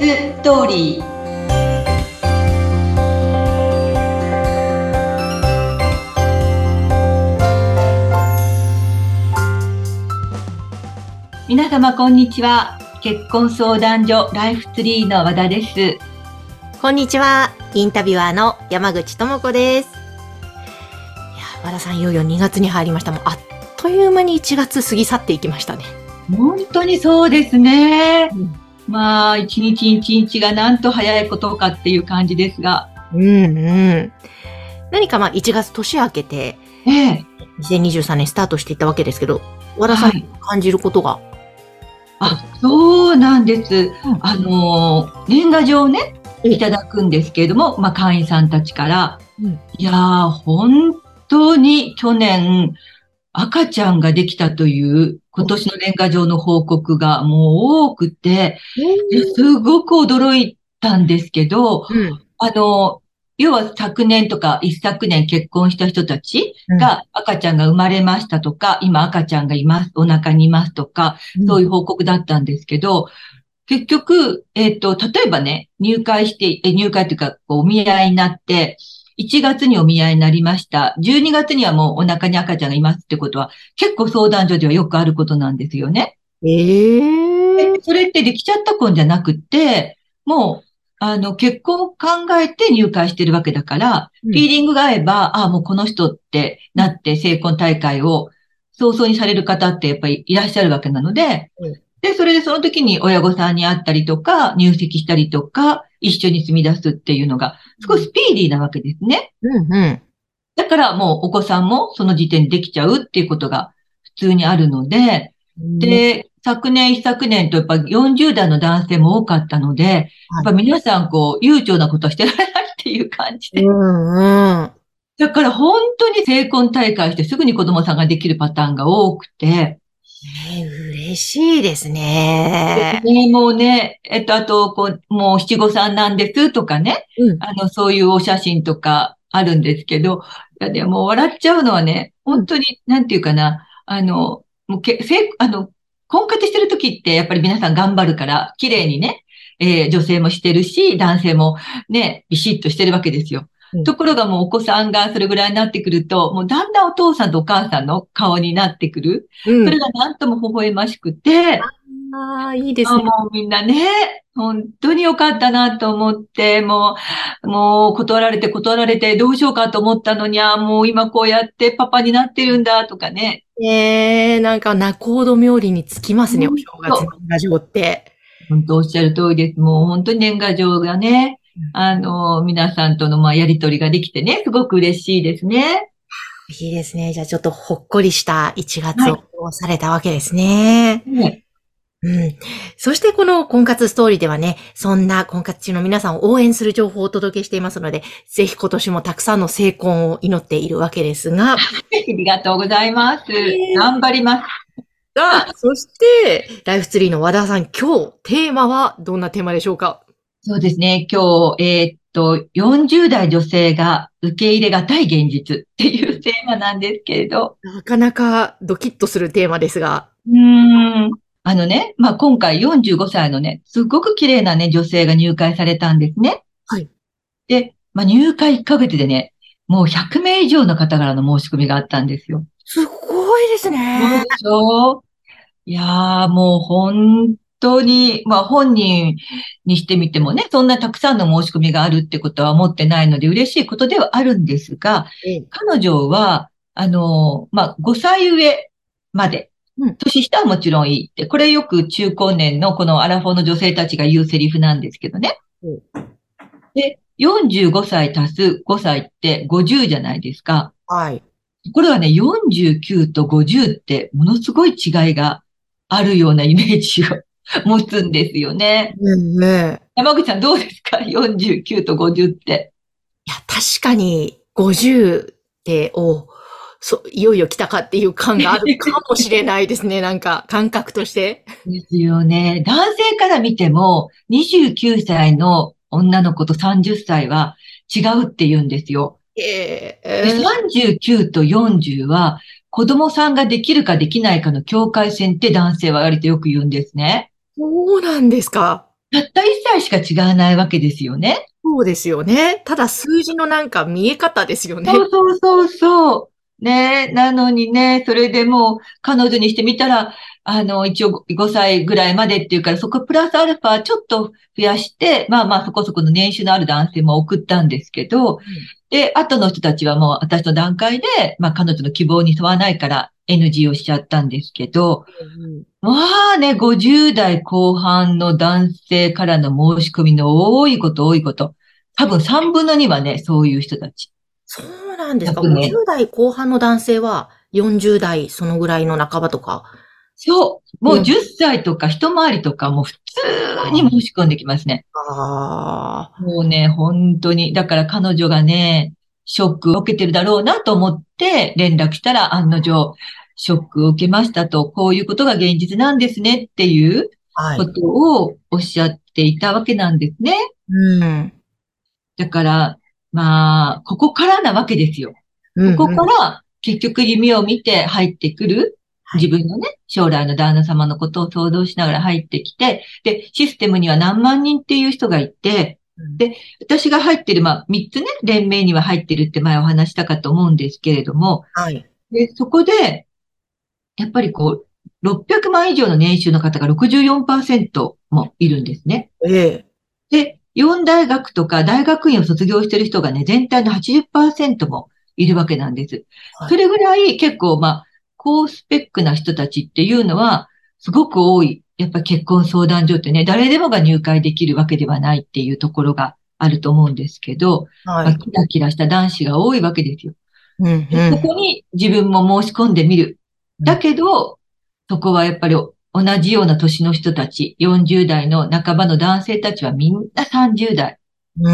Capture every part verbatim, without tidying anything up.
ストーリー。皆様こんにちは。結婚相談所ライフツリーの和田です。 こんにちは。インタビュアーの山口智子です。いや、和田さん、いよいよにがつに入りました。もうあっという間にいちがつ過ぎ去っていきましたね。 本当にそうですね。 うん、 まあ、一日一日がなんと早いことかっていう感じですが。 うんうん。何かまあいちがつ年明けて、 ええ、 にせんにじゅうさんねんスタートしていったわけですけど、和田さん、 はい。 感じることが。 あ、そうなんです。 うんあの、年賀状をね、いただくんですけれども、まあ、会員さんたちから、 うん、 いやー、本当に去年、赤ちゃんができたという今年の年賀状の報告がもう多くて、ですごく驚いたんですけど、 うん、 あの、要は昨年とか一昨年結婚した人たちうん、 が赤ちゃんが生まれましたとか、今赤ちゃんがいます、お腹にいますとか、 うん、 そういう報告だったんですけど、結局、えっと、例えばね、入会して、え入会というか、こうお見合いになって、いちがつにお見合いになりました。じゅうにがつにはもうお腹に赤ちゃんがいますってことは、結構相談所ではよくあることなんですよね。で、 ええそれってできちゃった婚じゃなくて、もう、あの、結婚を考えて入会してるわけだから、 うん、 フィーリングが合えば、ああ、もうこの人ってなって成婚大会を早々にされる方ってやっぱりいらっしゃるわけなので、 うん、 で、それでその時に親御さんに会ったりとか、入籍したりとか、一緒に住み出すっていうのが、すごいスピーディーなわけですね。 うん、うん、 だからもうお子さんもその時点でできちゃうっていうことが普通にあるので、 うん、 で、昨年、一昨年とやっぱよんじゅう代の男性も多かったので、やっはい。 ぱ皆さんこう、悠長なことはしてられないっていう感じうで。 ん、うん。 だから本当に成婚大会してすぐに子供さんができるパターンが多くて、 えー、嬉しいですね。 ね、もうね、えっと、あと、こう、もう七五三なんですとかね、 うん、 あの、そういうお写真とかあるんですけど、いや、でも笑っちゃうのはね、 うん、 本当に、なんていうかな、あの、もうけ、せい、あの、婚活してる時ってやっぱり皆さん頑張るから、綺麗にね、えー女性もしてるし、男性もね、ビシッとしてるわけですよ。 うん、 ところがもうお子さんがそれぐらいになってくると、もうだんだんお父さんとお母さんの顔になってくる。 うん。 それがなんとも微笑ましくて、 ああ、いいですあ、 ね。 もうみんなね、本当に良かったなと思って、もう、もう断られて断られてどうしようかと思ったのに、あ、もう今こうやってパパになってるんだとかね。 ええ、なんか仲人冥利につきますね、お本正月の当、 ラジオって。 本当おっしゃる通りです。もう本当に年賀状がね、あの、皆さんとのまあやりとりができてね、すごく嬉しいですね。 いいですね。じゃあちょっとほっこりしたいちがつを過はい。 ごされたわけですね。 ね、 うん。そしてこの婚活ストーリーではね、そんな婚活中の皆さんを応援する情報をお届けしていますので、ぜひ今年もたくさんの成婚を祈っているわけですが、 ありがとうございます。頑張ります。 が、そして、ライフツリーの和田さん、今日、テーマはどんなテーマでしょうか？ そうですね。今日、えーっと、よんじゅう代女性が受け入れがたい現実っていうテーマなんですけれど、 なかなかドキッとするテーマですが。 うーん。あのね、まあ、今回よんじゅうごさいのね、すごく綺麗なね、女性が入会されたんですね。 はい。 で、まあ、入会いっかげつでね、もうひゃくめい名以上の方からの申し込みがあったんですよ。 すごいですね。 そうでしょ？いやー、もう本当に、まあ本人にしてみてもね、そんなたくさんの申し込みがあるってことは思ってないので嬉しいことではあるんですが、 ええ。 彼女は、あの、まあごさい上まで、 うん。 年下はもちろんいいって、これよく中高年のこのアラフォーの女性たちが言うセリフなんですけどね。で、よんじゅうごさい足すごさいってごじゅうじゃないですか。 はい。 これはね、よんじゅうきゅうとごじゅうってものすごい違いがあるようなイメージを持つんですよね。 うんね。 山口さんどうですか？ よんじゅうきゅう とごじゅうって。 いや、確かに、ごじゅうって、お、そ、いよいよ来たかっていう感があるかもしれないですね。なんか、感覚として。 ですよね。男性から見ても、にじゅうきゅうさいの女の子とさんじゅっさいは違うって言うんですよ。 えで、 え、 さんじゅうきゅうとよんじゅうは子供さんができるかできないかの境界線って男性は割とよく言うんですね。 そうなんですか。 たったいっさいしか違わないわけですよね。 そうですよね。ただ数字のなんか見え方ですよね。 そうそうそうそう。ね、なのにね、それでもう彼女にしてみたら、あの、一応ごさいぐらいまでっていうから、そこプラスアルファちょっと増やして、まあまあそこそこの年収のある男性も送ったんですけど、 うん。 で、後の人たちはもう私の段階で、まあ彼女の希望に沿わないから エヌジー をしちゃったんですけど、 うんまあね、ごじゅう代後半の男性からの申し込みの多いこと多いこと。多分さんぶんのにはね、そういう人たち。 そうなんですか。 やっぱね、 ごじゅう代後半の男性はよんじゅう代そのぐらいの半ばとか。 そう、もううん。 じゅっさいとか一回りとかもう普通に申し込んできますね。 ああ。 もうね、本当に。だから彼女がね、ショックを受けてるだろうなと思って連絡したら案の定、ショックを受けましたと、こういうことが現実なんですねっていうはい。 ことをおっしゃっていたわけなんですね。 うん。 だから、まあ、ここからなわけですよ。ここうんうん。 から結局夢を見て入ってくるはい。 自分のね、将来の旦那様のことを想像しながら入ってきて、で、システムには何万人っていう人がいて、 うん。 で、私が入ってる、まあ、みっつね、連盟には入ってるって前お話したかと思うんですけれども、 はい。 で、そこで、やっぱりこう、ろっぴゃくまん以上の年収の方がろくじゅうよんパーセントもいるんですね。 ええ。 で、よん大学とか大学院を卒業している人がね、全体のはちじゅっパーセントもいるわけなんです。 はい。 それぐらい結構、まあ、高スペックな人たちっていうのは、すごく多い。やっぱ結婚相談所ってね、誰でもが入会できるわけではないっていうところがあると思うんですけど、まあ、 はい。 キラキラした男子が多いわけですよ。 うん、 で、そこうん。 に自分も申し込んでみる。だうん。 けど、そこはやっぱり同じような年の人たち、よんじゅう代の半ばの男性たちはみんなさんじゅう代。 うん。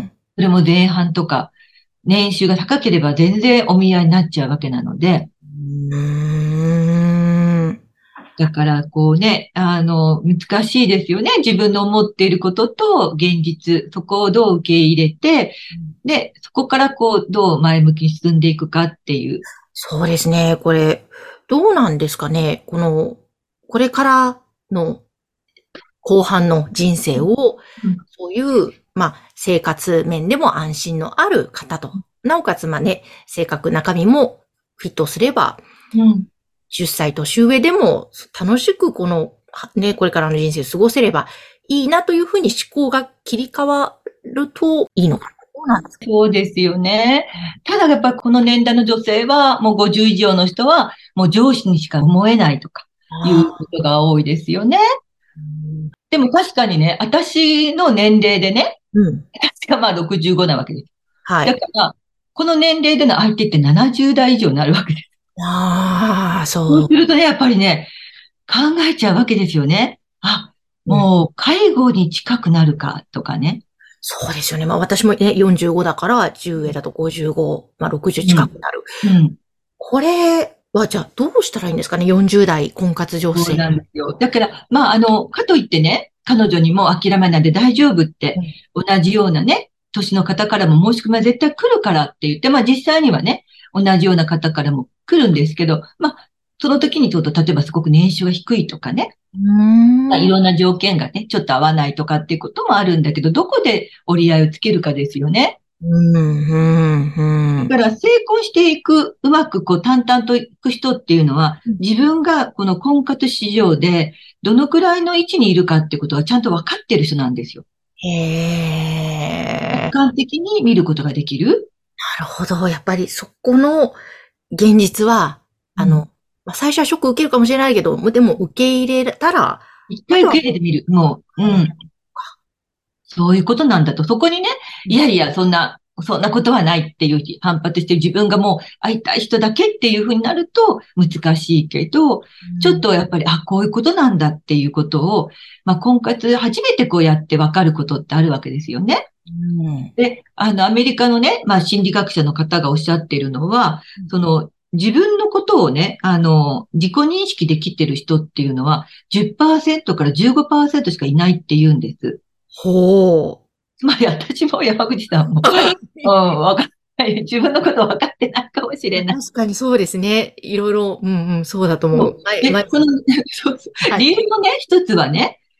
それも前半とか、年収が高ければ全然お見合いになっちゃうわけなので、 うーん。 だからこうね、あの、難しいですよね。自分の思っていることと現実、そこをどう受け入れて、で、そこからこう、どう前向きに進んでいくかっていう。 そうですね。これ、どうなんですかね。この、これからの後半の人生を、 うん、 そういう、まあ、生活面でも安心のある方と、なおかつ、まあね、性格、中身もフィットすれば、 うん、 じゅっさい年上でも楽しくこの、ね、これからの人生を過ごせればいいなというふうに思考が切り替わるといいのかな。そうなんですか。 そうですよね。ただやっぱりこの年代の女性は、もうごじゅう以上の人は、もう上司にしか思えないとか、いうこああ。 とが多いですよね。 うん。 でも確かにね、私の年齢でね、 うん。 私がまあろくじゅうごなわけです。 はい。 だから、この年齢での相手ってななじゅう代以上になるわけです。 ああ、 そうそう。 するとね、やっぱりね、考えちゃうわけですよね。あ、 うん。 もう介護に近くなるかとかね。 そうですよね。まあ私もね、よんじゅうごだからじゅう上だとごじゅうご、まあろくじゅううん、 近くなる。 うん。 これはじゃあどうしたらいいんですかね？ よんじゅう 代婚活女そうな性。 んですよ。だから、まあ、あの、かといってね、彼女にも諦めないで大丈夫って、 うん。 同じようなね、年の方からも申し込みは絶対来るからって言って、まあ実際にはね、同じような方からも来るんですけど、まあ、その時にちょっと例えばすごく年収が低いとかね、 うーまあ、いん。 ろんな条件がね、ちょっと合わないとかっていうこともあるんだけど、どこで折り合いをつけるかですよね。 うん、うん、うん。 だから成功していく、うまくこう淡々といく人っていうのは、自分がこの婚活市場でどのくらいの位置にいるかってことはちゃんと分かってる人なんですよ。 へえ。 客観的に見ることができる。 なるほど。やっぱりそこの現実は、 うん。 あの、まあ、最初はショック受けるかもしれないけど、でも受け入れたら、 一回受あとは、 け入れてみる。もう、ううん、 ん。そういうことなんだと。そこにね、 うん、 いやいや、そんな、そんなことはないっていう反発してる自分がもう会いたい人だけっていうふうになると難しいけど、ちょっとやっぱり、あ、こういうことなんだっていうことを、まあ、婚活初めてこうやってわかることってあるわけですよね。 うん、 で、あの、アメリカのね、まあ、心理学者の方がおっしゃっているのは、その、自分のことをね、あの、自己認識できてる人っていうのは、じゅっパーセントからじゅうごパーセントしかいないって言うんです。 ほう。 つまり私も山口さんも、うん、わかんない。自分のこと分かってないかもしれない。 確かにそうですね。いろいろ、うんうん、そうだと思う。 そう。 はい、まで、その、そうそう。 はい。 理由のね、一つはね、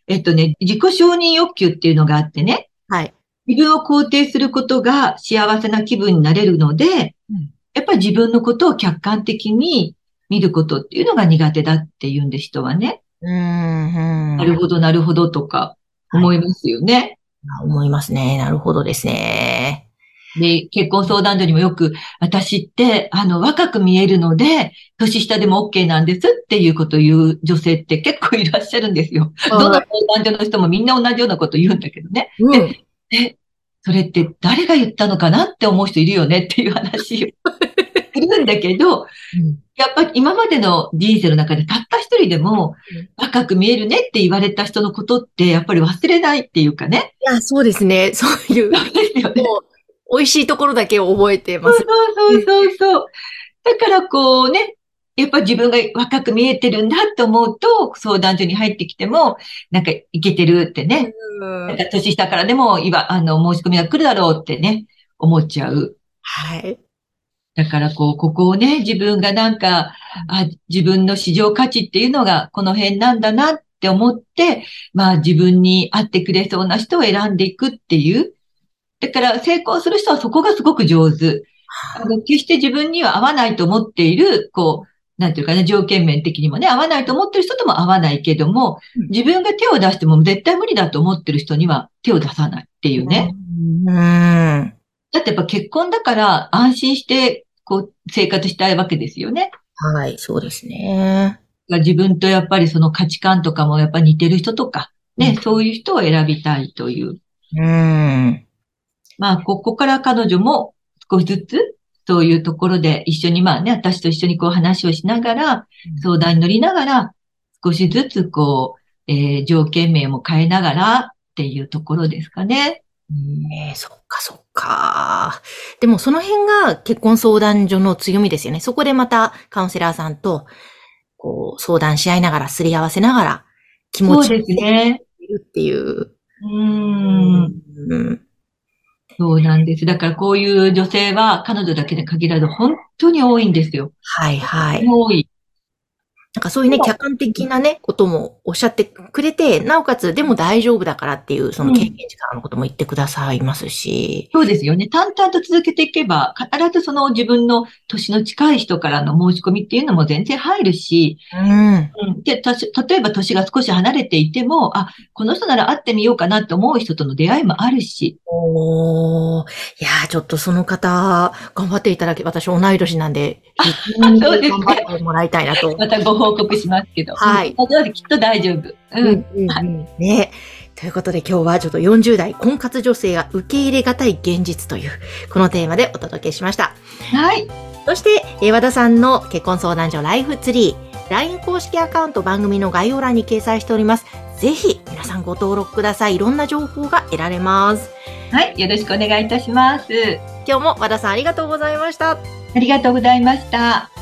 えっとね、自己承認欲求っていうのがあってね、 はい。 自分を肯定することが幸せな気分になれるので、 うん。 やっぱり自分のことを客観的に見ることっていうのが苦手だって言うんで、人はね。 うーん、うん。 なるほど、なるほどとかはい。 思いますよね。 思いますね。なるほどですね。 で、結婚相談所にもよく、私って、あの、若く見えるので、年下でも OK なんですっていうことを言う女性って結構いらっしゃるんですよ。どのはい。 相談所の人もみんな同じようなこと言うんだけどね。 うん。 で、え、それって誰が言ったのかなって思う人いるよねっていう話をするんだけど、 うん。 やっぱり今までの人生の中でたった一人でもうん。 若く見えるねって言われた人のことってやっぱり忘れないっていうかね。 いや、そうですね。そういう、 そうですよね。 もう、美味しいところだけを覚えてます。 そうそうそうそう。だからこうね、やっぱ自分が若く見えてるんだって思うと、相談所に入ってきても、なんかいけてるってね。 うん。 なんか年下からでも、いわ、あの、申し込みが来るだろうってね、思っちゃう。 はい。 だからこう、ここをね、自分がなんか、あ、自分の市場価値っていうのがこの辺なんだなって思って、まあ自分に合ってくれそうな人を選んでいくっていう。だから成功する人はそこがすごく上手。あの、決して自分には合わないと思っている、こう、なんていうかね、条件面的にもね、合わないと思ってる人とも合わないけども、 うん。 自分が手を出しても絶対無理だと思ってる人には手を出さないっていうね。 うん。 だってやっぱ結婚だから安心して、こう、生活したいわけですよね。 はい、そうですね。 自分とやっぱりその価値観とかもやっぱ似てる人とか、ね、 うん。 そういう人を選びたいという。 うん。 まあ、ここから彼女も少しずつ、そういうところで一緒に、まあね、私と一緒にこう話をしながら、相談に乗りながら、少しずつこう、えー条件名も変えながらっていうところですかね。 ええ、そっかそっか。でもその辺が結婚相談所の強みですよね。そこでまたカウンセラーさんと、こう、相談し合いながら、すり合わせながら、気持ちをそうですね。 いるっていう。 ううーん。 ん。 そうなんです。だからこういう女性は彼女だけで限らず本当に多いんですよ。 はいはい。 多い。 なんかそういうね、客観的なね、こともおっしゃってくれて、なおかつ、でも大丈夫だからっていう、その経験うん。 値からのことも言ってくださいますし。 そうですよね。淡々と続けていけば、必ずその自分の年の近い人からの申し込みっていうのも全然入るし、 うん。 うん。で、たし、例えば年が少し離れていても、あ、この人なら会ってみようかなって思う人との出会いもあるし。 おー。いやー、ちょっとその方、頑張っていただき、私同い年なんで、引き続そうですき頑張ね。 ってもらいたいなと。 またご報告しますけど。うん。 はい。 大丈夫、きっと大丈夫。 うん、 うん。 うん、うん。ね。ということで今日はちょっとよんじゅう代婚活女性が受け入れがたい現実という、このテーマでお届けしました。 はい。 そして、えー和田さんの結婚相談所ライフツリー、ライン 公式アカウント番組の概要欄に掲載しております。ぜひ皆さんご登録ください。いろんな情報が得られます。 はい。よろしくお願いいたします。 今日も和田さんありがとうございました。 ありがとうございました。